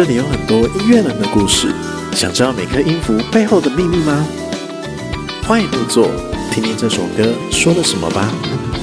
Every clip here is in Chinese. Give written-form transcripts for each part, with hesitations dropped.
这里有很多音乐人的故事，想知道每颗音符背后的秘密吗？欢迎入座，听听这首歌说了什么吧。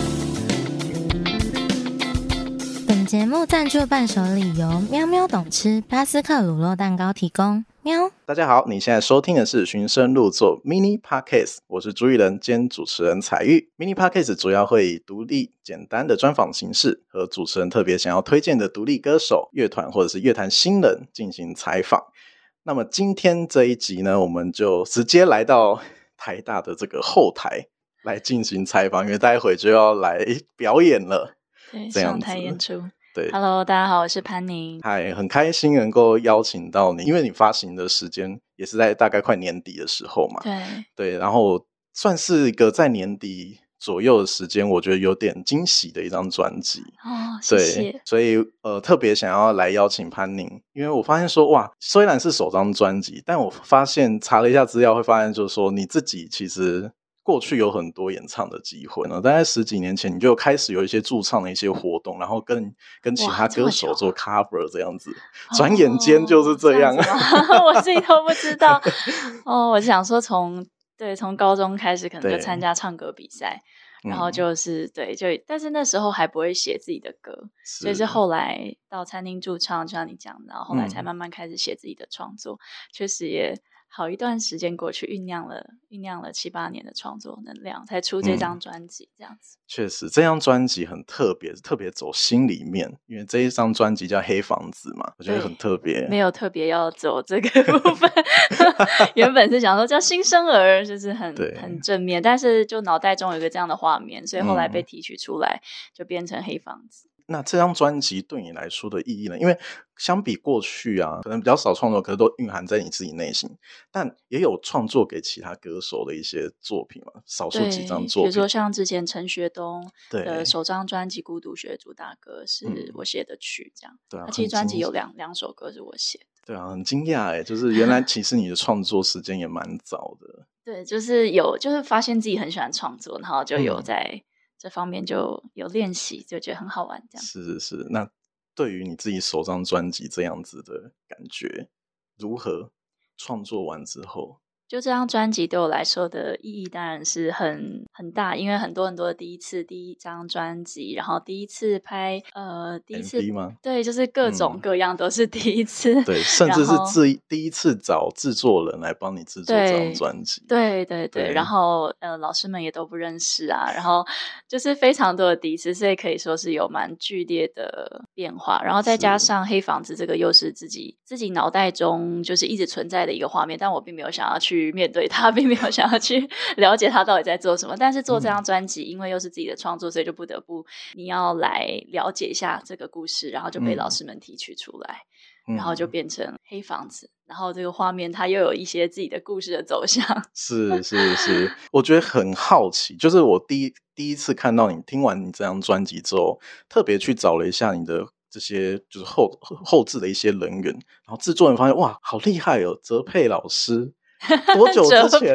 本节目赞助伴手礼由喵喵懂吃巴斯克乳酪蛋糕提供。喵！ 大家好，你现在收听的是寻声入座 Mini Podcast， 我是主理人兼主持人彩玉。Mini Podcast 主要会以独立简单的专访形式，和主持人特别想要推荐的独立歌手、乐团或者是乐坛新人进行采访。那么今天这一集呢，我们就直接来到台大的这个后台来进行采访，因为待会就要来表演了。 对， 这样子上台演出。 对 Hello， 大家好，我是潘宁。 嗨，很开心能够邀请到你，因为你发行的时间也是在大概快年底的时候嘛。对，然后算是一个在年底左右的时间，我觉得有点惊喜的一张专辑。 哦，谢谢。 对，所以特别想要来邀请潘宁，因为我发现说哇，虽然是首张专辑，但我发现查了一下资料，会发现就是说你自己其实过去有很多演唱的机会呢，大概10几年前你就开始有一些驻唱的一些活动，然后跟其他歌手做 cover 这样子，转眼间就是这样。 我自己都不知道。我想说从高中开始可能就参加唱歌比赛，然后就是但是那时候还不会写自己的歌，所以是后来到餐厅驻唱，就像你讲的，然后后来才慢慢开始写自己的创作，确实也好一段时间过去，酝酿了7、8年的创作能量，才出这张专辑这样子。 确实，这张专辑很特别，特别走心里面，因为这一张专辑叫《黑房子》嘛，我觉得很特别。 没有特别要走这个部分，原本是想说叫新生儿，就是很正面，但是就脑袋中有一个这样的画面，所以后来被提取出来，就变成黑房子。 那这张专辑对你来说的意义呢？因为相比过去啊，可能比较少创作，可是都蕴含在你自己内心，但也有创作给其他歌手的一些作品嘛，少数几张作品， 比如说像之前陈学冬的首张专辑《孤独学主打歌》是我写的曲，这样。对啊，其实专辑有两首歌是我写的。 对啊，很惊讶耶，就是原来其实你的创作时间也蛮早的。 对，就是发现自己很喜欢创作，然后就有在这方面就有练习，就觉得很好玩这样。 是，那对于你自己首张专辑这样子的感觉如何？创作完之后， 就这张专辑对我来说的意义当然是很大，因为很多的第一张专辑，然后第一次拍第一次 MV 吗？ 对，就是各种各样都是第一次。 对，甚至是第一次找制作人来帮你制作这张专辑。 对，然后老师们也都不认识啊，然后就是非常多的第一次，所以可以说是有蛮剧烈的变化，然后再加上黑房子这个又是自己脑袋中就是一直存在的一个画面，但我并没有想要去面对它，并没有想要去了解它到底在做什么，但是做这张专辑因为又是自己的创作，所以就不得不你要来了解一下这个故事，然后就被老师们提取出来，然后就变成黑房子，然后这个画面它又有一些自己的故事的走向。是我觉得很好奇，就是我第一次看到你听完你这张专辑之后，特别去找了一下你的这些就是后制的一些人员，然后制作人发现哇好厉害哦，哲佩老师多久之前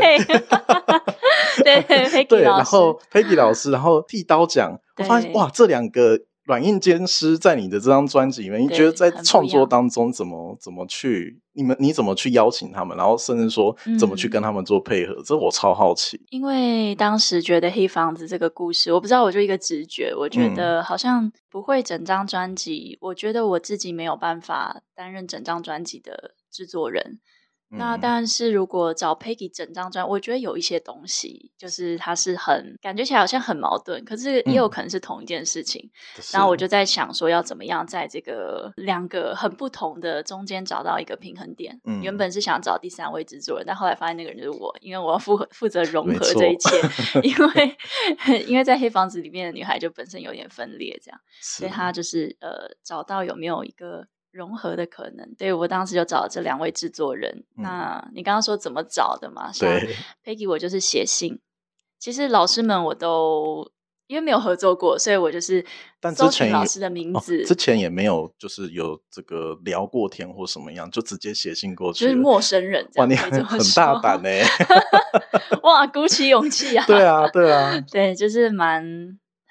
对，然后 Peggy 老师，然后剃刀奖，我发现哇这两个软硬兼施在你的这张专辑里面，你觉得在创作当中怎么去你怎么去邀请他们，然后甚至说怎么去跟他们做配合，这我超好奇。 因为当时觉得黑房子这个故事，我不知道，我就一个直觉，我觉得好像不会整张专辑，我觉得我自己没有办法担任整张专辑的制作人。那但是如果找 Peggy 整张专辑，我觉得有一些东西就是它是感觉起来好像很矛盾，可是也有可能是同一件事情。然后我就在想说要怎么样在这个两个很不同的中间找到一个平衡点。原本是想找第3位制作人，但后来发现那个人就是我，因为我要负责融合这一切。因为在黑房子里面的女孩就本身有点分裂这样，所以她就是找到有没有一个融合的可能。对，我当时就找了这2位制作人。那你刚刚说怎么找的嘛，像 Peggy 我就是写信，其实老师们我都因为没有合作过，所以我就是搜寻老师的名字。 之前也没有就是有这个聊过天或什么样，就直接写信过去了， 就是陌生人这样。 哇，你很大胆耶哇，鼓起勇气啊。 对啊对，就是蛮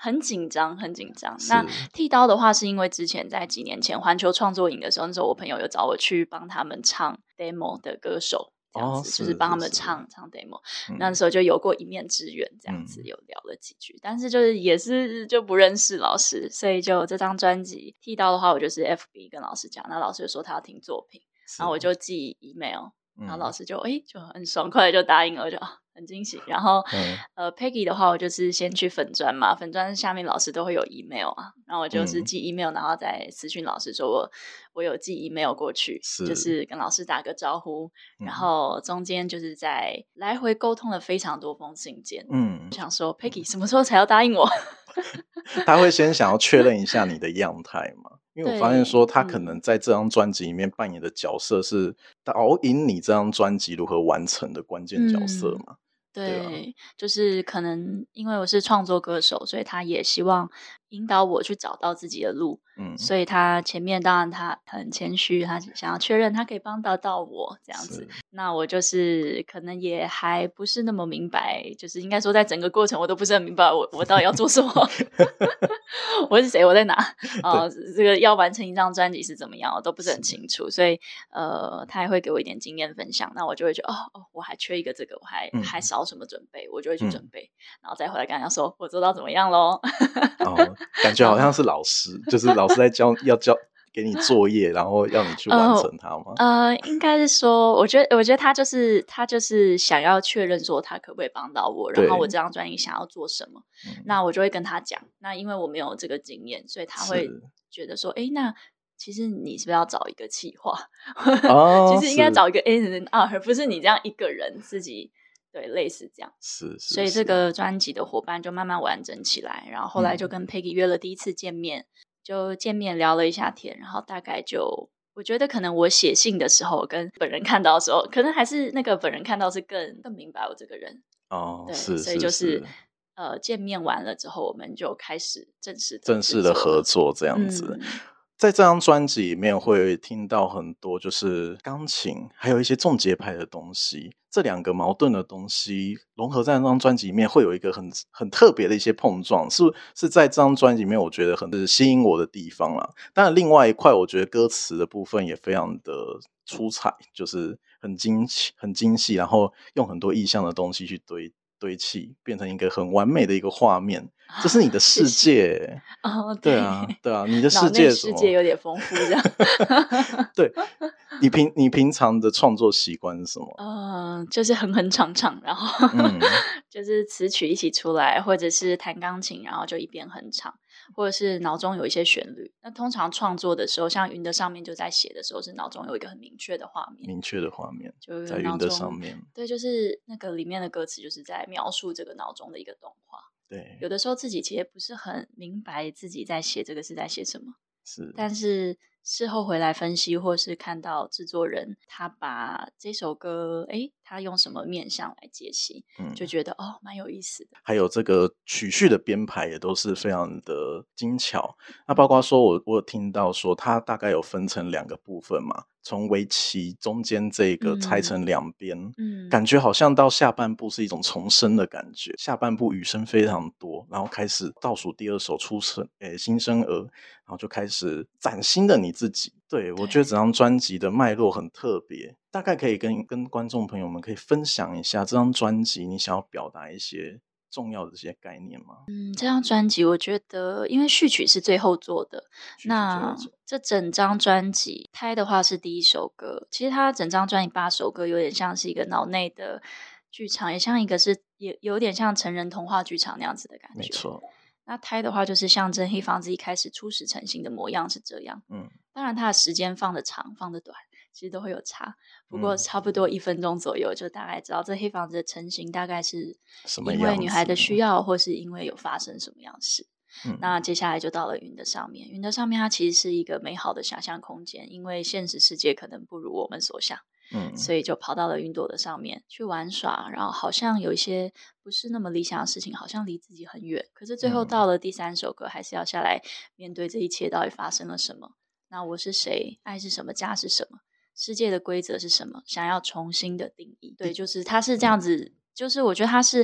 很紧张，很紧张。那剃刀的话，是因为之前在几年前环球创作营的时候，那时候我朋友有找我去帮他们唱 demo 的歌手，这样子，就是帮他们唱 demo。那时候就有过一面之缘，这样子有聊了几句，但是就是也是就不认识老师，所以就这张专辑剃刀的话，我就是 FB 跟老师讲，那老师就说他要听作品，然后我就寄 email。然后老师就就很爽快就答应了，我就很惊喜。然后Peggy 的话，我就是先去粉专嘛，粉专下面老师都会有 email 啊，然后我就是寄 email，然后再私讯老师说我有寄 email 过去，就是跟老师打个招呼，然后中间就是在来回沟通了非常多封信件。我想说 Peggy 什么时候才要答应我？ 他会先想要确认一下你的样态嘛？因为我发现说他可能在这张专辑里面扮演的角色是导引你这张专辑如何完成的关键角色嘛。 对，就是可能因为我是创作歌手，所以他也希望引导我去找到自己的路。所以他前面当然他很谦虚，他想要确认他可以帮得到我这样子。那我就是可能也还不是那么明白，就是应该说在整个过程我都不是很明白我到底要做什么。我是谁，我在哪这个要完成一张专辑是怎么样我都不是很清楚，所以他还会给我一点经验分享，那我就会觉得我还缺一个这个，我还少什么准备，我就会去准备，然后再回来跟他说我做到怎么样咯。 感觉好像是老师就是老师在要教给你作业，然后要你去完成它吗？ 应该是说我觉得他就是想要确认说他可不可以帮到我，然后我这张专辑想要做什么，那我就会跟他讲，那因为我没有这个经验，所以他会觉得说那其实你是不是要找一个企划？其实应该找一个 A&R， 而不是你这样一个人自己，对，类似这样。所以这个专辑的伙伴就慢慢完整起来，然后后来就跟 Peggy 约了第一次见面，就见面聊了一下天，然后大概就我觉得可能我写信的时候跟本人看到的时候，可能还是那个本人看到是更明白我这个人。对，所以就是见面完了之后，我们就开始正式的合作这样子。在这张专辑里面会听到很多就是钢琴还有一些重节拍的东西，这两个矛盾的东西融合在这张专辑里面会有一个很特别的一些碰撞，是在这张专辑里面我觉得很吸引我的地方啦。当然另外一块我觉得歌词的部分也非常的出彩，就是很精细，然后用很多意象的东西去堆砌，变成一个很完美的一个画面。这是你的世界对啊，你的世界有点丰富这样。 对，你平常的创作习惯是什么？ 就是哼唱，然后就是词曲一起出来，或者是弹钢琴，然后就一边哼唱，或者是脑中有一些旋律。那通常创作的时候，像云的上面就在写的时候，是脑中有一个很明确的画面， 就在云的上面。 对，就是那个里面的歌词就是在描述这个脑中的一个动画。 对， 有的时候自己其实不是很明白自己在写这个是在写什么，但是事后回来分析，或是看到制作人他把这首歌他用什么面向来解析，就觉得蛮有意思的。 还有这个曲序的编排也都是非常的精巧。那包括说我有听到说它大概有分成2个部分嘛，从围棋中间这个拆成2边，感觉好像到下半部是一种重生的感觉。下半部雨声非常多，然后开始倒数第2首新生儿，然后就开始崭新的你自己。对，我觉得整张专辑的脉络很特别，大概可以跟观众朋友们可以分享一下这张专辑你想要表达一些重要的这些概念吗？ 这张专辑我觉得因为序曲是最后做的，那这整张专辑胎的话是第1首歌，其实它整张专辑8首歌有点像是一个脑内的剧场，也像一个也有点像成人童话剧场那样子的感觉。 没错。 那胎的话就是象征黑房子一开始初始成型的模样是这样，当然它的时间放的长放的短其实都会有差，不过差不多1分钟左右就大概知道这黑房子的成型大概是因为女孩的需要或是因为有发生什么样的事。那接下来就到了云的上面，云的上面它其实是一个美好的想象空间，因为现实世界可能不如我们所想，所以就跑到了云朵的上面去玩耍，然后好像有一些不是那么理想的事情好像离自己很远，可是最后到了第3首歌还是要下来面对这一切到底发生了什么，那我是谁，爱是什么，家是什么，世界的规则是什么，想要重新的定义。对，就是它是这样子，就是我觉得它是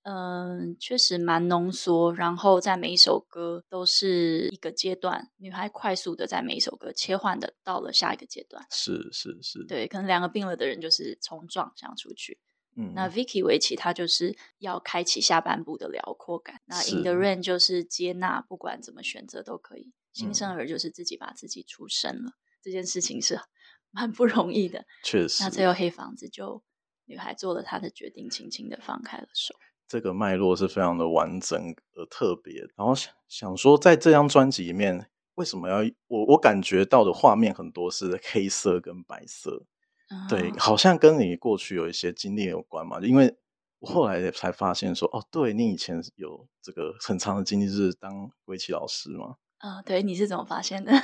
确实蛮浓缩，然后在每一首歌都是一个阶段，女孩快速的在每一首歌切换的到了下一个阶段。 是， 对，可能两个病了的人就是冲撞想出去。那嗯， Vicky 围棋他就是要开启下半部的辽阔感，那 In the 是 Rain 就是接纳，不管怎么选择都可以。新生儿就是自己把自己出生了，这件事情是蛮不容易的。 确实。 那最后黑房子就女孩做了她的决定，轻轻的放开了手。 这个脉络是非常的完整而特别，然后想说在这张专辑里面为什么要我感觉到的画面很多是黑色跟白色，对，好像跟你过去有一些经历有关嘛，因为我后来才发现说，哦，对，你以前有这个很长的经历是当围棋老师嘛。 对，你是怎么发现的？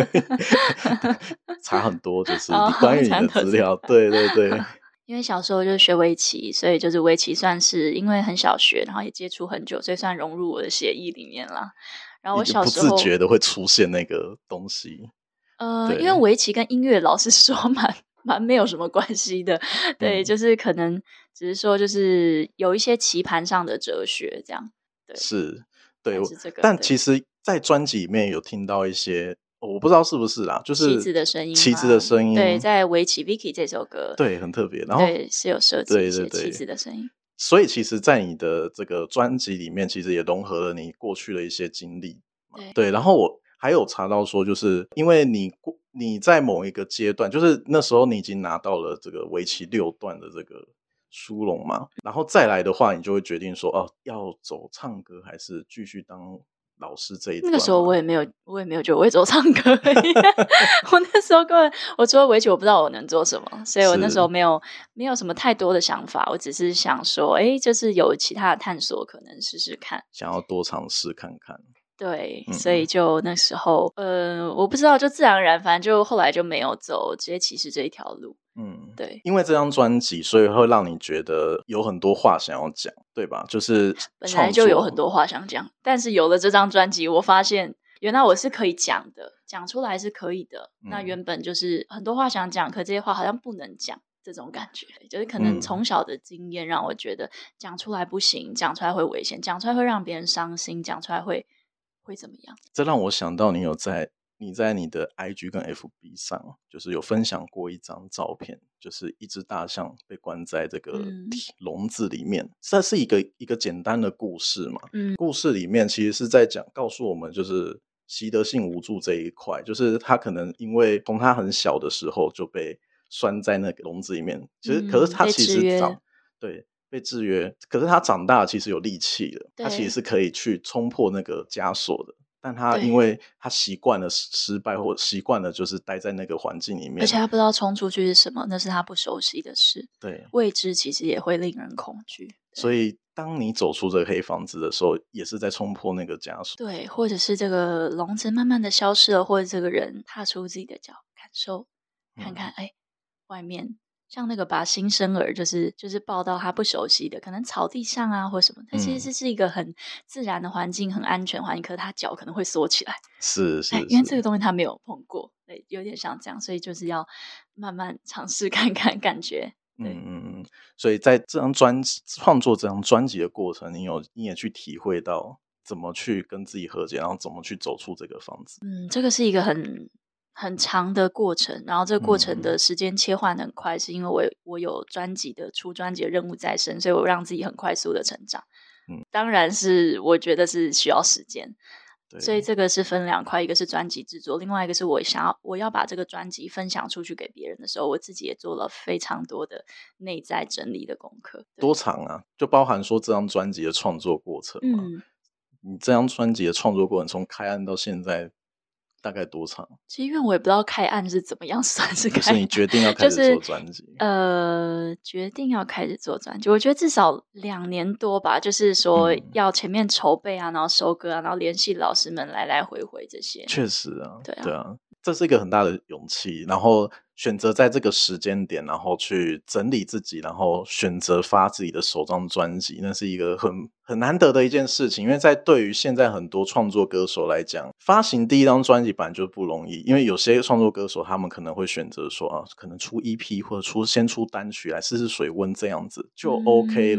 查很多就是关于你的资料，对对对。 因为小时候就学围棋，所以就是围棋算是因为很小学，然后也接触很久，所以算融入我的血液里面啦。然后我小时候不自觉的会出现那个东西。 因为围棋跟音乐老实说蛮没有什么关系的，对，就是可能只是说就是有一些棋盘上的哲学这样，对， 是，对， 但其实在专辑里面有听到一些，我不知道是不是啦，就是棋子的声音， 棋子的声音， 对，在围棋 Vicky 这首歌， 对，很特别，然后对是有设计一些棋子的声音， 所以其实在你的这个专辑里面，其实也融合了你过去的一些经历，对，然后我还有查到说，就是因为你在某一个阶段，就是那时候你已经拿到了这个围棋6段的这个殊荣嘛，然后再来的话，你就会决定说，哦，要走唱歌还是继续当老师这一段。 那个时候我也没有觉得我会走唱歌我那时候根本我除了围棋我不知道我能做什么，所以我那时候没有什么太多的想法，我只是想说就是有其他的探索可能试试看， 想要多尝试看看。 对，所以就那时候我不知道，就自然而然，反正就后来就没有走职业棋士这一条路。对， 因为这张专辑，所以会让你觉得有很多话想要讲，对吧？就是本来就有很多话想讲，但是有了这张专辑，我发现原来我是可以讲的，讲出来是可以的。那原本就是很多话想讲，可这些话好像不能讲，这种感觉就是可能从小的经验让我觉得讲出来不行，讲出来会危险，讲出来会让别人伤心，讲出来会怎么样？这让我想到你在你的 IG 跟 FB 上，就是有分享过一张照片，就是一只大象被关在这个笼子里面。这是一个简单的故事嘛？故事里面其实是在告诉我们，就是习得性无助这一块，就是他可能因为从他很小的时候就被拴在那个笼子里面，其实可是他其实被制约，可是他长大其实有力气了，他其实是可以去冲破那个枷锁的。但他因为他习惯了失败，或习惯了就是待在那个环境里面， 而且他不知道冲出去是什么，那是他不熟悉的事。 对， 未知其实也会令人恐惧。 所以当你走出这个黑房子的时候，也是在冲破那个枷锁。 对，或者是这个笼子慢慢的消失了，或者这个人踏出自己的脚，感受看看，外面。像那个把新生儿就是抱到他不熟悉的可能草地上啊或什么，它其实是一个很自然的环境，很安全环境，可是他脚可能会缩起来， 是因为这个东西他没有碰过，对，有点像这样，所以就是要慢慢尝试看看感觉。 所以在这张创作这张专辑的过程，你也去体会到怎么去跟自己和解，然后怎么去走出这个房子。 这个是一个很长的过程，然后这个过程的时间切换很快，是因为我有出专辑的任务在身，所以我让自己很快速的成长。当然是我觉得是需要时间，所以这个是分两块，一个是专辑制作，另外一个是我要把这个专辑分享出去给别人的时候，我自己也做了非常多的内在整理的功课。 多长啊？就包含说这张专辑的创作过程吗？你这张专辑的创作过程从开案到现在大概多长？ 其实因为我也不知道开案是怎么样算是开案， 就是你决定要开始做专辑， 决定要开始做专辑，我觉得至少2年多吧。就是说要前面筹备啊，然后收歌啊，然后联系老师们来回这些。 确实啊，对啊，这是一个很大的勇气。然后选择在这个时间点，然后去整理自己，然后选择发自己的首张专辑，那是一个很难得的一件事情。因为对于现在很多创作歌手来讲，发行第一张专辑本来就不容易。因为有些创作歌手他们可能会选择说可能出 EP 或者先出单曲来试试水温，这样子就 OK 了。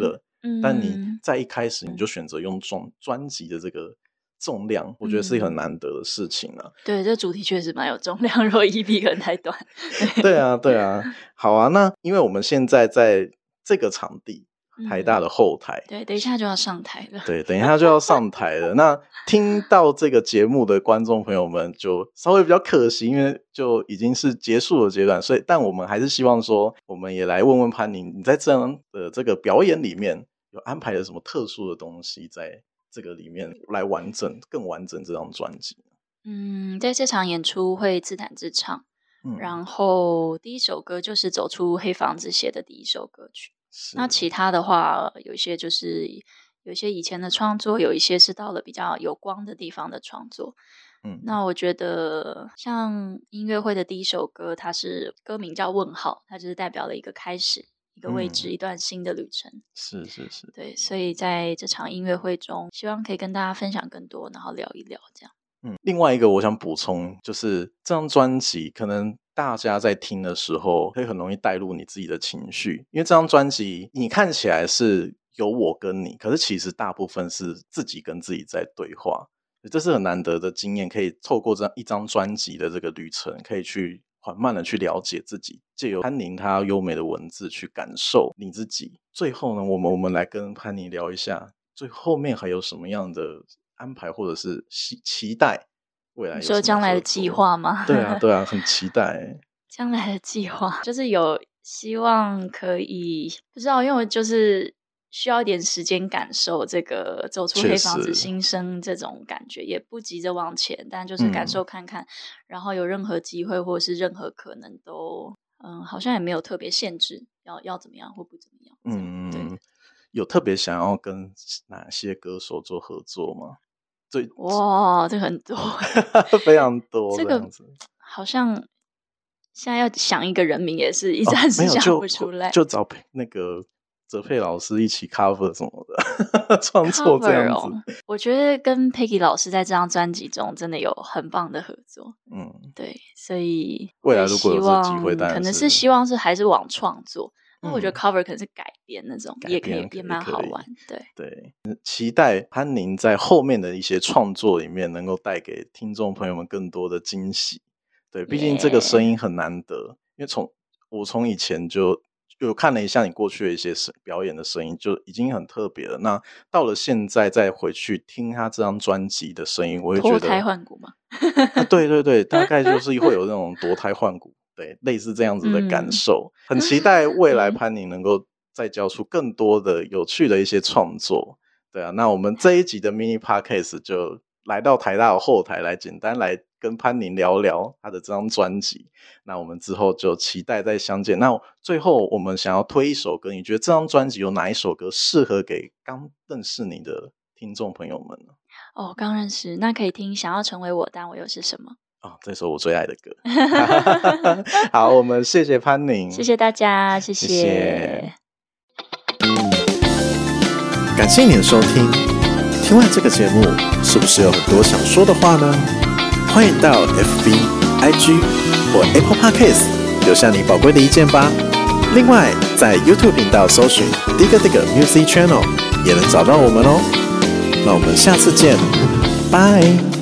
但你在一开始你就选择用专辑的这个重量，我觉得是很难得的事情啊。 对，这主题确实蛮有重量，如果 EP 可能太短。 对啊，对啊，好啊。那因为我们现在在这个场地台大的后台， 对，等一下就要上台了。 对，等一下就要上台了。那听到这个节目的观众朋友们就稍微比较可惜，因为就已经是结束的阶段，所以但我们还是希望说，我们也来问问潘宁，你在这样的这个表演里面有安排了什么特殊的东西在这个里面来更完整这张专辑？ 在这场演出会自弹自唱，然后第一首歌就是走出黑房子写的第一首歌曲。那其他的话，有一些以前的创作，有一些是到了比较有光的地方的创作。那我觉得像音乐会的第一首歌，它是歌名叫问号，它就是代表了一个开始，一个未知，一段新的旅程。 是， 对，所以在这场音乐会中，希望可以跟大家分享更多，然后聊一聊这样。 另外一个我想补充，就是这张专辑可能大家在听的时候会很容易带入你自己的情绪，因为这张专辑你看起来是有我跟你，可是其实大部分是自己跟自己在对话，这是很难得的经验，可以透过这一张专辑的这个旅程，可以去缓慢的去了解自己，藉由潘宁他优美的文字去感受你自己。最后呢，我们来跟潘宁聊一下，最后面还有什么样的安排或者是期待未来有什么合作？ 你说将来的计划吗？ 对啊，很期待。 将来的计划就是有希望可以，不知道，因为我就是需要一点时间感受这个走出黑房子新生这种感觉，也不急着往前，但就是感受看看，然后有任何机会或者是任何可能都好像也没有特别限制要怎么样或不怎么样。对， 有特别想要跟哪些歌手做合作吗？ 哇，这很多非常多， 这个好像现在要想一个人名也是一暂时想不出来， 就找那个哲佩老师一起 cover 什么的创作这样子。 我觉得跟 Peggy 老师在这张专辑中真的有很棒的合作。对，所以未来如果有这机会， 可能是希望是还是往创作。那我觉得 cover 可能是改编那种，也可以，也蛮好玩。 对，期待潘宁在后面的一些创作里面能够带给听众朋友们更多的惊喜。对，毕竟这个声音很难得，因为我从以前就有看了一下你过去的一些表演的声音，就已经很特别了。那到了现在再回去听他这张专辑的声音，我会觉得脱胎换骨吗？ 对，大概就是会有那种脱胎换骨。对，类似这样子的感受。很期待未来潘宁能够再交出更多的有趣的一些创作。对啊，那我们这一集的 mini podcast 就来到台大的后台，来简单来跟潘宁聊聊他的这张专辑。那我们之后就期待再相见。那最后我们想要推一首歌，你觉得这张专辑有哪一首歌适合给刚认识你的听众朋友们呢？ 刚认识，那可以听想要成为我但我又是什么。 这首我最爱的歌。好，我们谢谢潘宁， 谢谢大家，谢谢。 感谢你的收听。听完这个节目，是不是有很多想说的话呢？欢迎到 FB、IG 或 Apple Podcast 留下你宝贵的意见吧。另外，在 YouTube 频道搜寻 Digger Music Channel 也能找到我们哦。那我们下次见，拜。